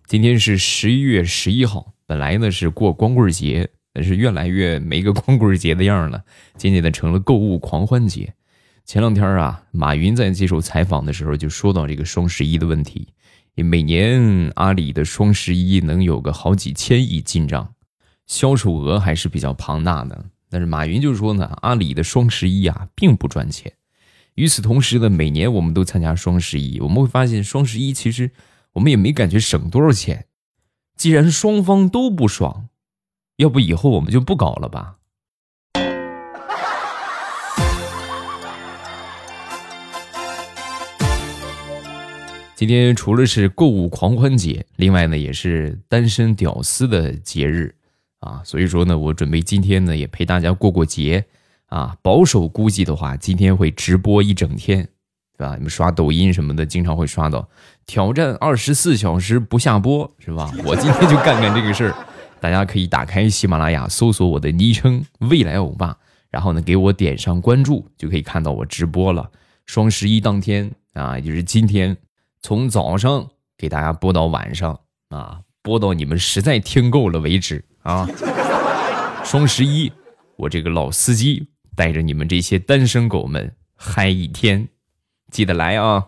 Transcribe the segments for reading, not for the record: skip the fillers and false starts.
今天是11月11号，本来呢是过光棍节，但是越来越没个光棍节的样了，渐渐的成了购物狂欢节。前两天啊，马云在接受采访的时候就说到这个双11的问题，每年阿里的双11能有个好几千亿进账，销售额还是比较庞大的。但是马云就说呢，阿里的双11啊并不赚钱。与此同时呢，每年我们都参加双11，我们会发现双11其实我们也没感觉省多少钱。既然双方都不爽，要不以后我们就不搞了吧。今天除了是购物狂欢节，另外呢也是单身屌丝的节日啊，所以说呢我准备今天呢也陪大家过过节啊。保守估计的话，今天会直播一整天，对吧？你们刷抖音什么的经常会刷到挑战24小时不下播，是吧？我今天就干干这个事儿。大家可以打开喜马拉雅搜索我的昵称未来欧巴，然后呢给我点上关注，就可以看到我直播了。双11当天啊，也就是今天，从早上给大家播到晚上啊，播到你们实在听够了为止啊。双11，我这个老司机带着你们这些单身狗们嗨一天，记得来啊。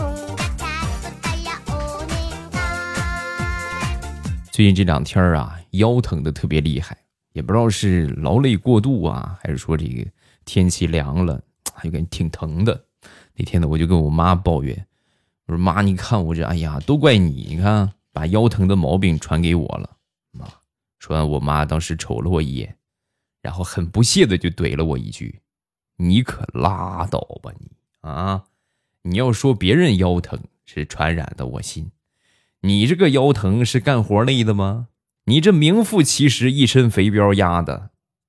最近这两天啊，腰疼的特别厉害，也不知道是劳累过度啊，还是说这个天气凉了，有点挺疼的。那天呢，我就跟我妈抱怨，我说妈，你看我这，哎呀，都怪你，你看把腰疼的毛病传给我了。妈，说完我妈当时瞅了我一眼，然后很不屑的就怼了我一句：“你可拉倒吧你啊！你要说别人腰疼是传染的，我信。你这个腰疼是干活累的吗？你这名副其实一身肥膘压的。”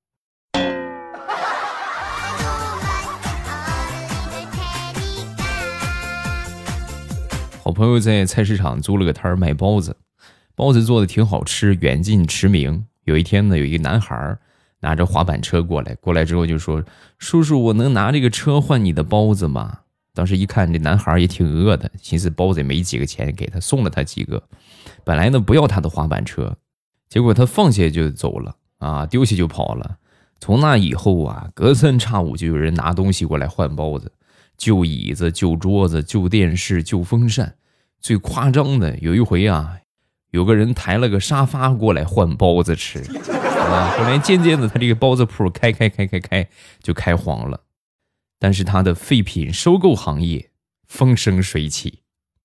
好朋友在菜市场租了个摊卖包子，包子做的挺好吃，远近驰名。有一天呢，有一个男孩拿着滑板车过来之后就说：“叔叔，我能拿这个车换你的包子吗？”当时一看这男孩也挺饿的，寻思包子也没几个钱，给他送了他几个。本来呢不要他的滑板车，结果他放下就走了啊，丢下就跑了。从那以后啊，隔三差五就有人拿东西过来换包子，旧椅子、旧桌子、旧电视、旧风扇。最夸张的有一回啊，有个人抬了个沙发过来换包子吃啊。后来渐渐的他这个包子铺开就开黄了。但是他的废品收购行业风生水起。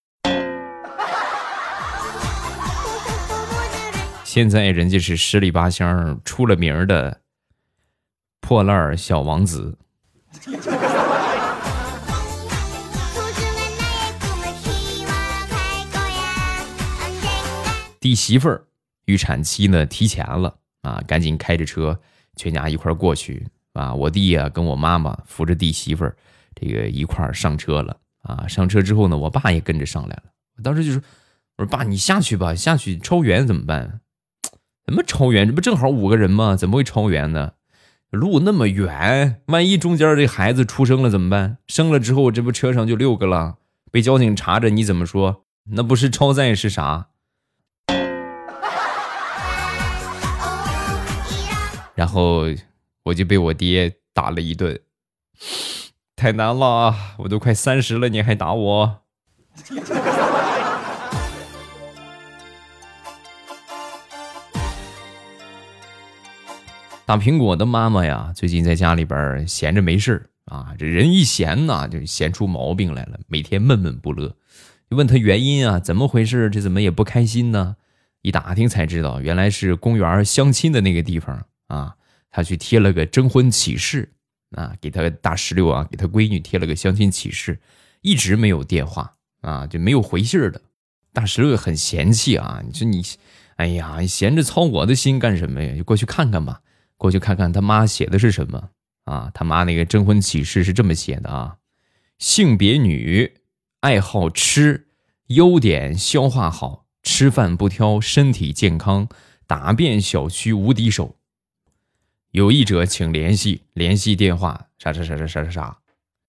现在人家是十里八乡出了名的破烂小王子。弟媳妇儿预产期呢提前了啊，赶紧开着车全家一块过去啊。我弟啊跟我妈妈扶着弟媳妇儿这个一块上车了啊。上车之后呢，我爸也跟着上来了。我当时就说：“我说爸，你下去吧，下去超员怎么办？怎么超员？这不正好5个人吗？怎么会超员呢？路那么远，万一中间这孩子出生了怎么办？生了之后这不车上就6个了，被交警查着你怎么说？那不是超载是啥？”然后我就被我爹打了一顿，太难了，我都快30了，你还打我。大苹果的妈妈呀，最近在家里边闲着没事啊，这人一闲呢，就闲出毛病来了，每天闷闷不乐。就问他原因啊，怎么回事？这怎么也不开心呢？一打听才知道，原来是公园相亲的那个地方啊，他去贴了个征婚启事啊，给他大16啊，给他闺女贴了个相亲启事，一直没有电话啊，就没有回信的。大16很嫌弃啊，你说你，哎呀，你闲着操我的心干什么呀？就过去看看吧，过去看看他妈写的是什么啊？他妈那个征婚启事是这么写的啊：性别女，爱好吃，优点消化好，吃饭不挑，身体健康，打遍小区无敌手。有意者请联系，联系电话啥。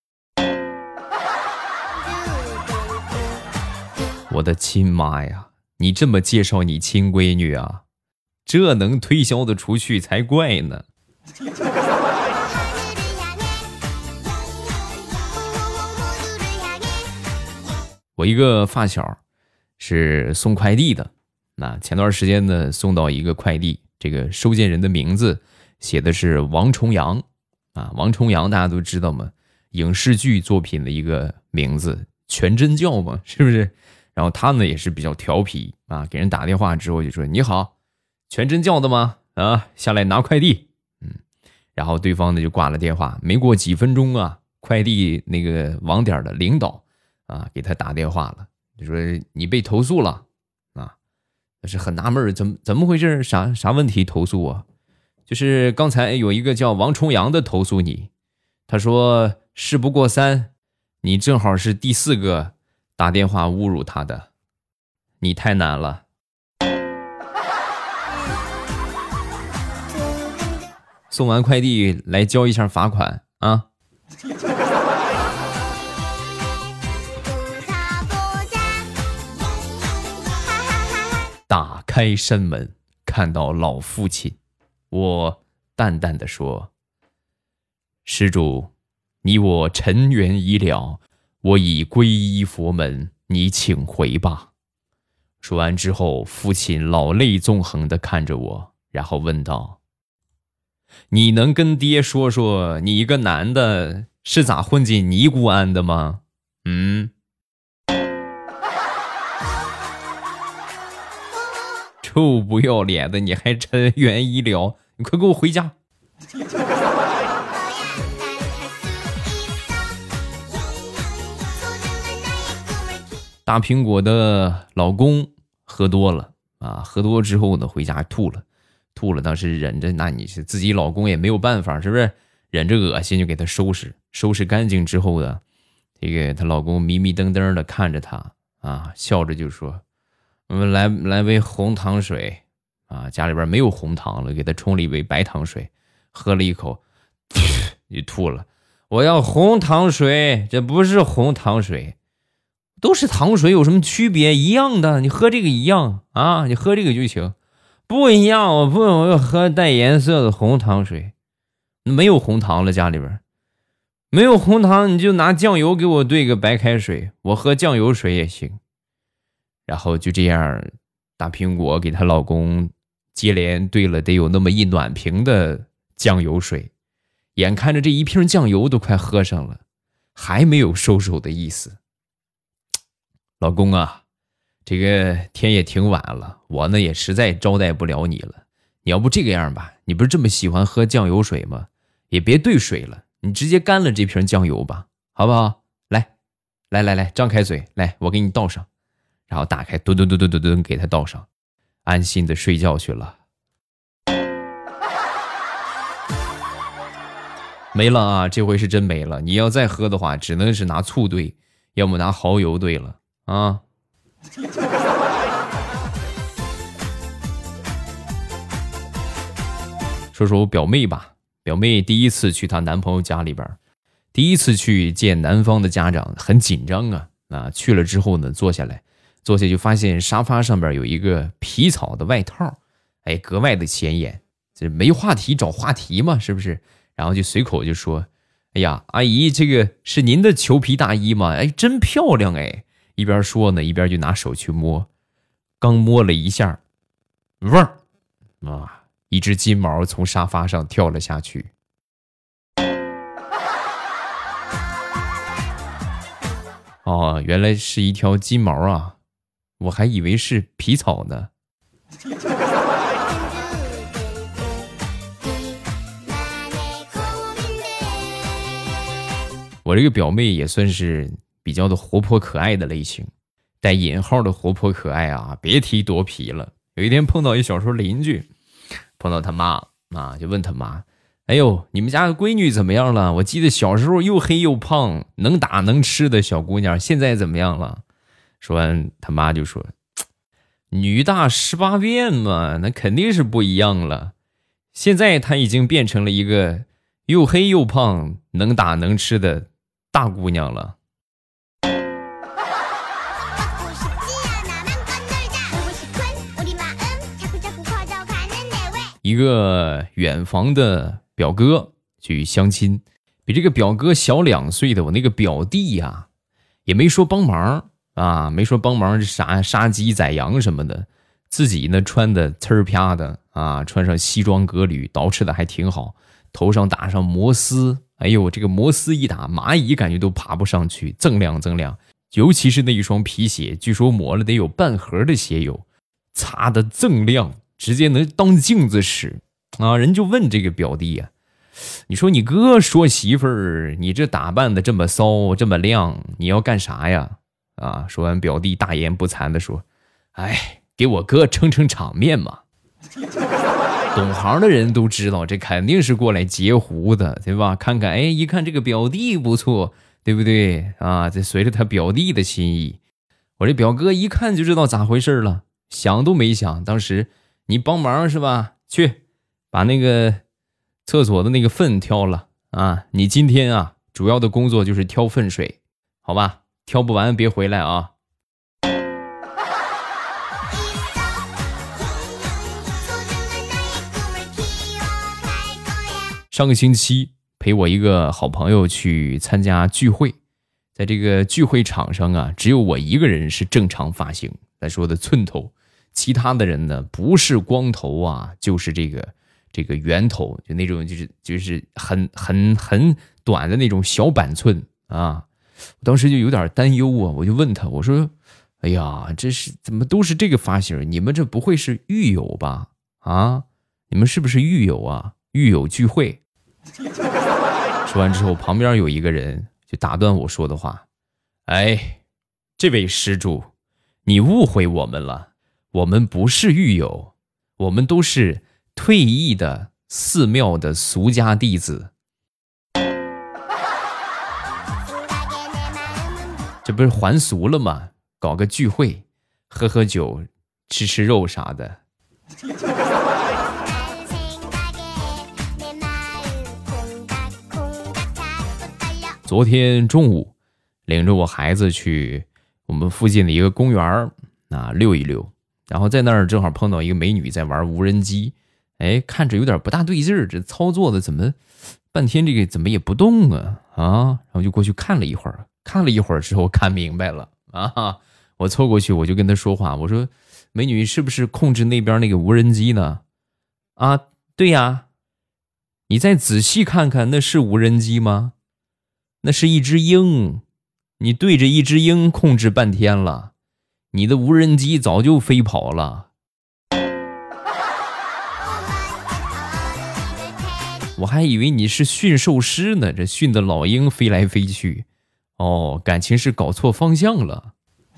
我的亲妈呀， 你这么介绍你亲闺女啊，这能推销得出去才怪呢。我一个发小是送快递的，那前段时间呢送到一个快递，这个收件人的名字写的是王重阳啊，王重阳大家都知道嘛，影视剧作品的一个名字，全真教嘛，是不是？然后他呢也是比较调皮啊，给人打电话之后就说：“你好，全真教的吗？啊，下来拿快递。”然后对方呢就挂了电话，没过几分钟啊，快递那个网点的领导啊给他打电话了，就说你被投诉了啊，是很纳闷，怎么回事？啥问题投诉啊？就是刚才有一个叫王重阳的投诉你，他说事不过三，你正好是第4个打电话侮辱他的，你太难了。送完快递来交一下罚款啊！打开山门，看到老父亲，我淡淡的说：“施主，你我尘缘已了，我已皈依佛门，你请回吧。”说完之后，父亲老泪纵横地看着我，然后问道：“你能跟爹说说，你一个男的是咋混进尼姑庵的吗？”臭不要脸的，你还尘缘已了，你快给我回家！大苹果的老公喝多了啊，喝多之后呢，回家吐了，当时忍着，那你是自己老公也没有办法，是不是？忍着恶心就给他收拾干净之后呢，这个她老公迷迷瞪瞪的看着她啊，笑着就说：“我们来杯红糖水啊，家里边没有红糖了，给他冲了一杯白糖水，喝了一口，就吐了。我要红糖水，这不是红糖水。”都是糖水，有什么区别？一样的，你喝这个一样啊，你喝这个就行。不一样，我要喝带颜色的红糖水。没有红糖了，家里边没有红糖，你就拿酱油给我兑个白开水，我喝酱油水也行。然后就这样，大苹果给她老公接连兑了得有那么一暖瓶的酱油水，眼看着这一瓶酱油都快喝上了，还没有收手的意思。老公啊，这个天也挺晚了，我呢也实在招待不了你了。你要不这个样吧，你不是这么喜欢喝酱油水吗？也别兑水了，你直接干了这瓶酱油吧，好不好？来，张开嘴，来，我给你倒上。然后打开，吨给他倒上，安心的睡觉去了。没了啊，这回是真没了。你要再喝的话，只能是拿醋兑，要么拿蚝油兑了。啊，说说我表妹吧。表妹第一次去她男朋友家里边，第一次去见男方的家长，很紧张啊。去了之后呢，坐下就发现沙发上边有一个皮草的外套，哎，格外的显眼。这没话题找话题嘛，是不是？然后就随口就说：“哎呀，阿姨，这个是您的裘皮大衣吗？哎，真漂亮哎。”一边说呢，一边就拿手去摸，刚摸了一下，嗡啊，一只金毛从沙发上跳了下去。哦，原来是一条金毛啊，我还以为是皮草呢。我这个表妹也算是比较的活泼可爱的类型，带引号的活泼可爱啊，别提多皮了。有一天碰到一小时候邻居，碰到他妈啊，就问他妈：“哎呦，你们家的闺女怎么样了？我记得小时候又黑又胖，能打能吃的小姑娘，现在怎么样了？”说完，他妈就说：“女大18变嘛，那肯定是不一样了。现在她已经变成了一个又黑又胖、能打能吃的大姑娘了。” 一个远房的表哥去相亲，比这个表哥小2岁的我那个表弟呀，也没说帮忙啊，没说帮忙杀鸡宰羊什么的，自己呢穿的呲儿啪的啊，穿上西装革履，捯饬的还挺好，头上打上摩丝，哎呦，这个摩丝一打，蚂蚁感觉都爬不上去，锃亮。尤其是那一双皮鞋，据说磨了得有半盒的鞋油，擦得锃亮，直接能当镜子使啊！人就问这个表弟呀，你说你哥说媳妇儿，你这打扮的这么骚这么亮，你要干啥呀？啊！说完，表弟大言不惭地说：“哎，给我哥撑场面嘛。”懂行的人都知道，这肯定是过来截胡的，对吧？看看，哎，一看这个表弟不错。对不对啊？这随着他表弟的心意，我这表哥一看就知道咋回事了，想都没想，当时你帮忙是吧？去把那个厕所的那个粪挑了啊！你今天啊主要的工作就是挑粪水，好吧？挑不完别回来啊！上个星期陪我一个好朋友去参加聚会，在这个聚会场上啊，只有我一个人是正常发型，咱说的寸头，其他的人呢不是光头啊，就是这个圆头，就那种就是很短的那种小板寸啊。我当时就有点担忧啊，我就问他，我说：“哎呀，这是怎么都是这个发型？你们这不会是狱友吧？啊，你们是不是狱友啊？狱友聚会？”说完之后，旁边有一个人就打断我说的话：“哎，这位施主，你误会我们了，我们不是狱友，我们都是退役的寺庙的俗家弟子。”这不是还俗了吗？搞个聚会，喝酒，吃肉啥的。昨天中午，领着我孩子去我们附近的一个公园溜一溜，然后在那儿正好碰到一个美女在玩无人机，哎，看着有点不大对劲儿，这操作的怎么半天这个怎么也不动啊？然后就过去看了一会儿之后看明白了啊！我凑过去我就跟她说话，我说：“美女，是不是控制那边那个无人机呢？”啊，对呀。你再仔细看看，那是无人机吗？那是一只鹰，你对着一只鹰控制半天了，你的无人机早就飞跑了。我还以为你是驯兽师呢，这训的老鹰飞来飞去。哦，感情是搞错方向了。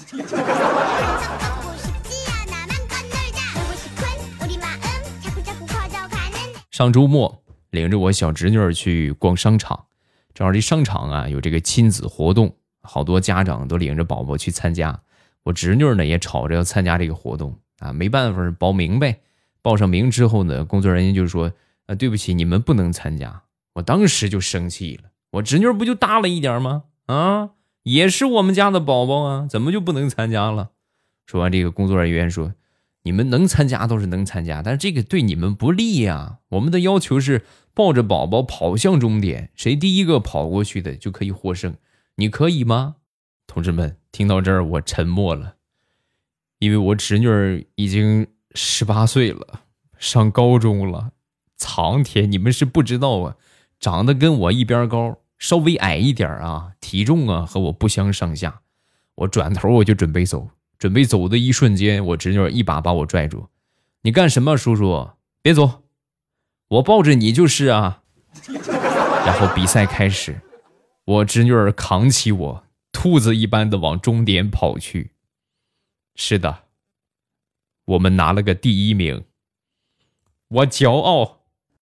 上周末领着我小侄女去逛商场，正好这商场啊有这个亲子活动，好多家长都领着宝宝去参加。我侄女呢也吵着要参加这个活动啊，没办法报名呗。报上名之后呢，工作人员就说：“对不起，你们不能参加。”我当时就生气了，我侄女不就大了一点吗？啊，也是我们家的宝宝啊，怎么就不能参加了？说完，这个工作人员说：“你们能参加都是能参加，但是这个对你们不利呀。我们的要求是抱着宝宝跑向终点，谁第一个跑过去的就可以获胜。你可以吗？”同志们，听到这儿我沉默了，因为我侄女已经18岁了，上高中了。苍天，你们是不知道啊，长得跟我一边高，稍微矮一点啊，体重啊和我不相上下。我转头我就准备走的一瞬间，我侄女一把把我拽住：“你干什么，叔叔？别走，我抱着你就是啊。”然后比赛开始，我侄女扛起我，兔子一般的往终点跑去。是的，我们拿了个第1名，我骄傲。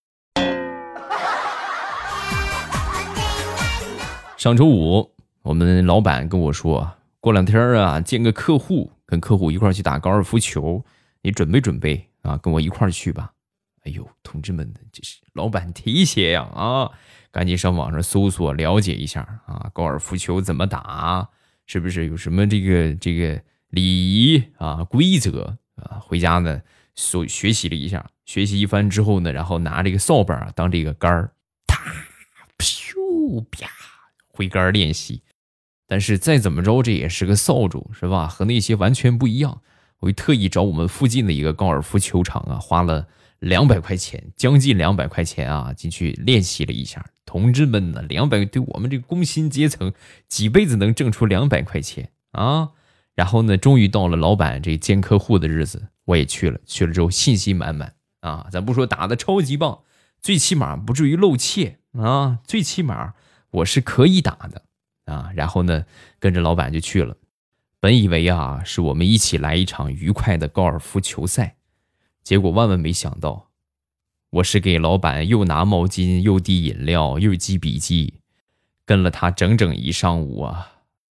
上周五，我们老板跟我说，过2天啊，见个客户，跟客户一块去打高尔夫球，你准备啊，跟我一块去吧。哎呦，同志们，这是老板提携呀啊！赶紧上网上搜索了解一下啊，高尔夫球怎么打，是不是有什么这个礼仪啊规则啊？回家呢学习了一下， 学习一番之后呢，然后拿这个扫把啊当这个杆儿，啪噗啪挥杆练习。但是再怎么着，这也是个扫帚，是吧？和那些完全不一样。我就特意找我们附近的一个高尔夫球场啊，花了200块钱，将近200块钱啊，进去练习了一下。同志们呢，200对我们这个工薪阶层，几辈子能挣出200块钱啊！然后呢，终于到了老板这见客户的日子，我也去了。去了之后信心满满啊，咱不说打得超级棒，最起码不至于露怯啊，最起码我是可以打的。啊，然后呢，跟着老板就去了。本以为啊，是我们一起来一场愉快的高尔夫球赛，结果万万没想到，我是给老板又拿毛巾，又递饮料，又记笔记，跟了他整整一上午啊。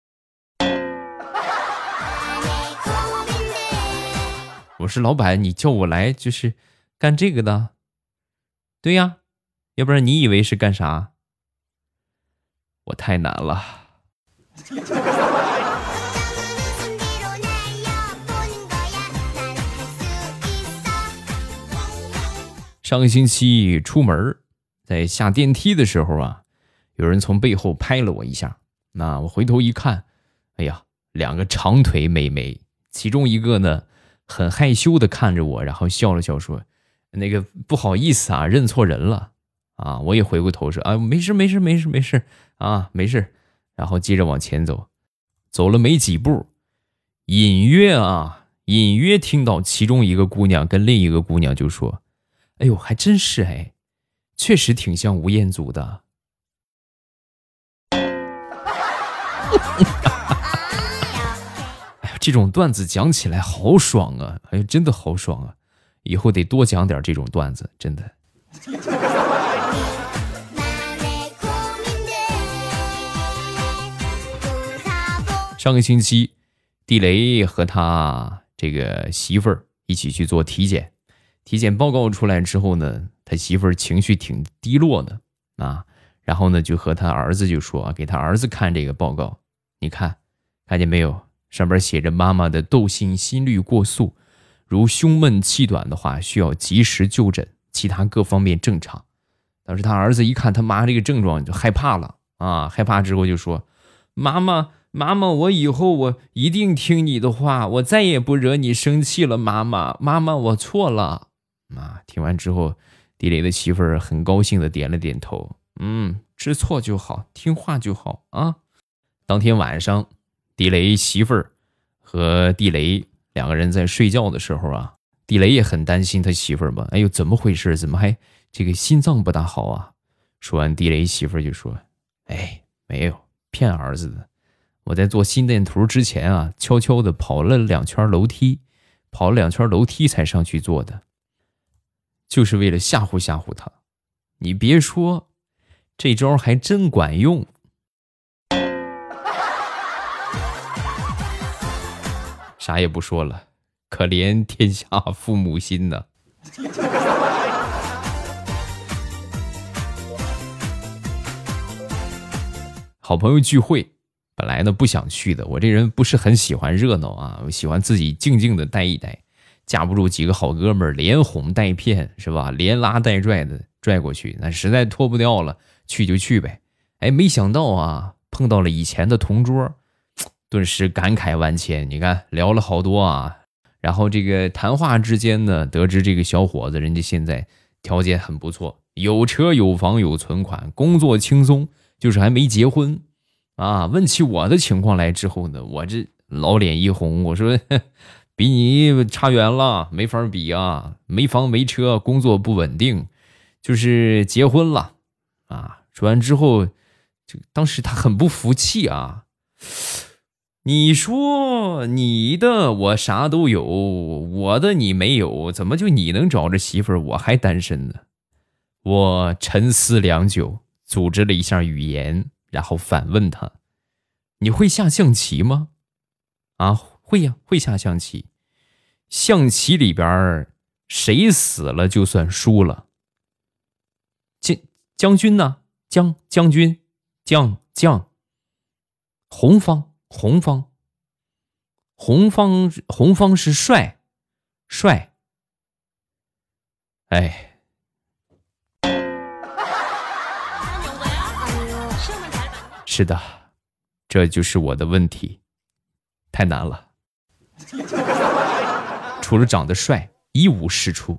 我说老板，你叫我来就是干这个的？对呀，要不然你以为是干啥？我太难了。上个星期出门，在下电梯的时候啊，有人从背后拍了我一下。那我回头一看，哎呀，2个长腿美眉，其中一个呢很害羞的看着我，然后笑了笑说：“那个不好意思啊，认错人了。”啊，我也回过头说：“啊，没事啊，没事。”然后接着往前走，走了没几步，隐约听到其中一个姑娘跟另一个姑娘就说：“哎呦，还真是哎，确实挺像吴彦祖的。”哎呀，这种段子讲起来好爽啊！哎呀，真的好爽啊！以后得多讲点这种段子，真的。上个星期，地雷和他这个媳妇儿一起去做体检，体检报告出来之后呢，他媳妇儿情绪挺低落的啊，然后呢就和他儿子就说啊，给他儿子看这个报告，你看见没有？上边写着妈妈的窦性心律过速，如胸闷气短的话，需要及时就诊，其他各方面正常。当时他儿子一看他妈这个症状就害怕了啊，害怕之后就说：“妈妈，我以后我一定听你的话，我再也不惹你生气了，妈妈，我错了。”啊，听完之后，地雷的媳妇儿很高兴的点了点头，知错就好，听话就好啊。当天晚上，地雷媳妇儿和地雷2个人在睡觉的时候啊，地雷也很担心他媳妇儿吧，哎呦，怎么回事？怎么还这个心脏不大好啊？说完，地雷媳妇儿就说：“哎，没有，骗儿子的。我在做心电图之前啊，悄悄的跑了2圈楼梯，才上去做的，就是为了吓唬他。你别说，这招还真管用。”啥也不说了，可怜天下父母心呐。好朋友聚会，本来呢不想去的，我这人不是很喜欢热闹啊，我喜欢自己静静的待一待，架不住几个好哥们儿连哄带骗，是吧？连拉带拽的拽过去，那实在脱不掉了，去就去呗。哎，没想到啊，碰到了以前的同桌，顿时感慨万千。你看聊了好多啊，然后这个谈话之间呢，得知这个小伙子人家现在条件很不错，有车有房有存款，工作轻松，就是还没结婚啊。问起我的情况来之后呢，我这老脸一红，我说比你差远了，没法比啊，没房没车，工作不稳定，就是结婚了啊。说完之后，当时他很不服气啊，你说你的我啥都有，我的你没有，怎么就你能找着媳妇儿，我还单身呢？我沉思良久，组织了一下语言，然后反问他：“你会下象棋吗？”啊，会呀，会下象棋。象棋里边谁死了就算输了。将军呢？将军，将。红方是帅。 哎，是的，这就是我的问题，太难了。除了长得帅，一无是处。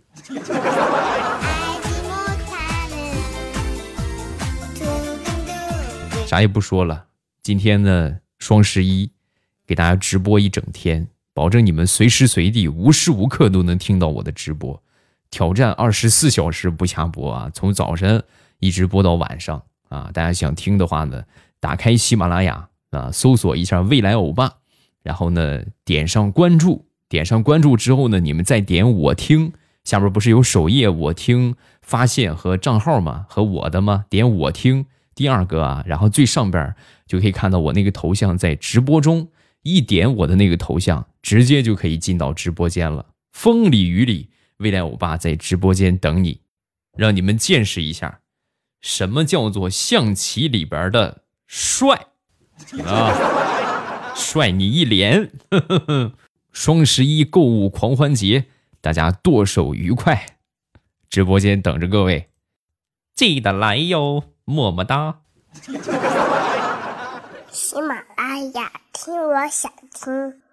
啥也不说了，今天呢，双11给大家直播一整天，保证你们随时随地无时无刻都能听到我的直播，挑战24小时不下播啊，从早晨一直播到晚上啊！大家想听的话呢，打开喜马拉雅啊，搜索一下未来欧巴，然后呢点上关注，点上关注之后呢，你们再点我听，下边不是有首页我听发现和账号吗？和我的吗？点我听第二个啊，然后最上边就可以看到我那个头像在直播中，一点我的那个头像，直接就可以进到直播间了。风里雨里，未来欧巴在直播间等你，让你们见识一下什么叫做象棋里边的帅啊，帅你一脸。双11购物狂欢节，大家剁手愉快，直播间等着各位，记得来哟，么么哒。 喜马拉雅，听我想听。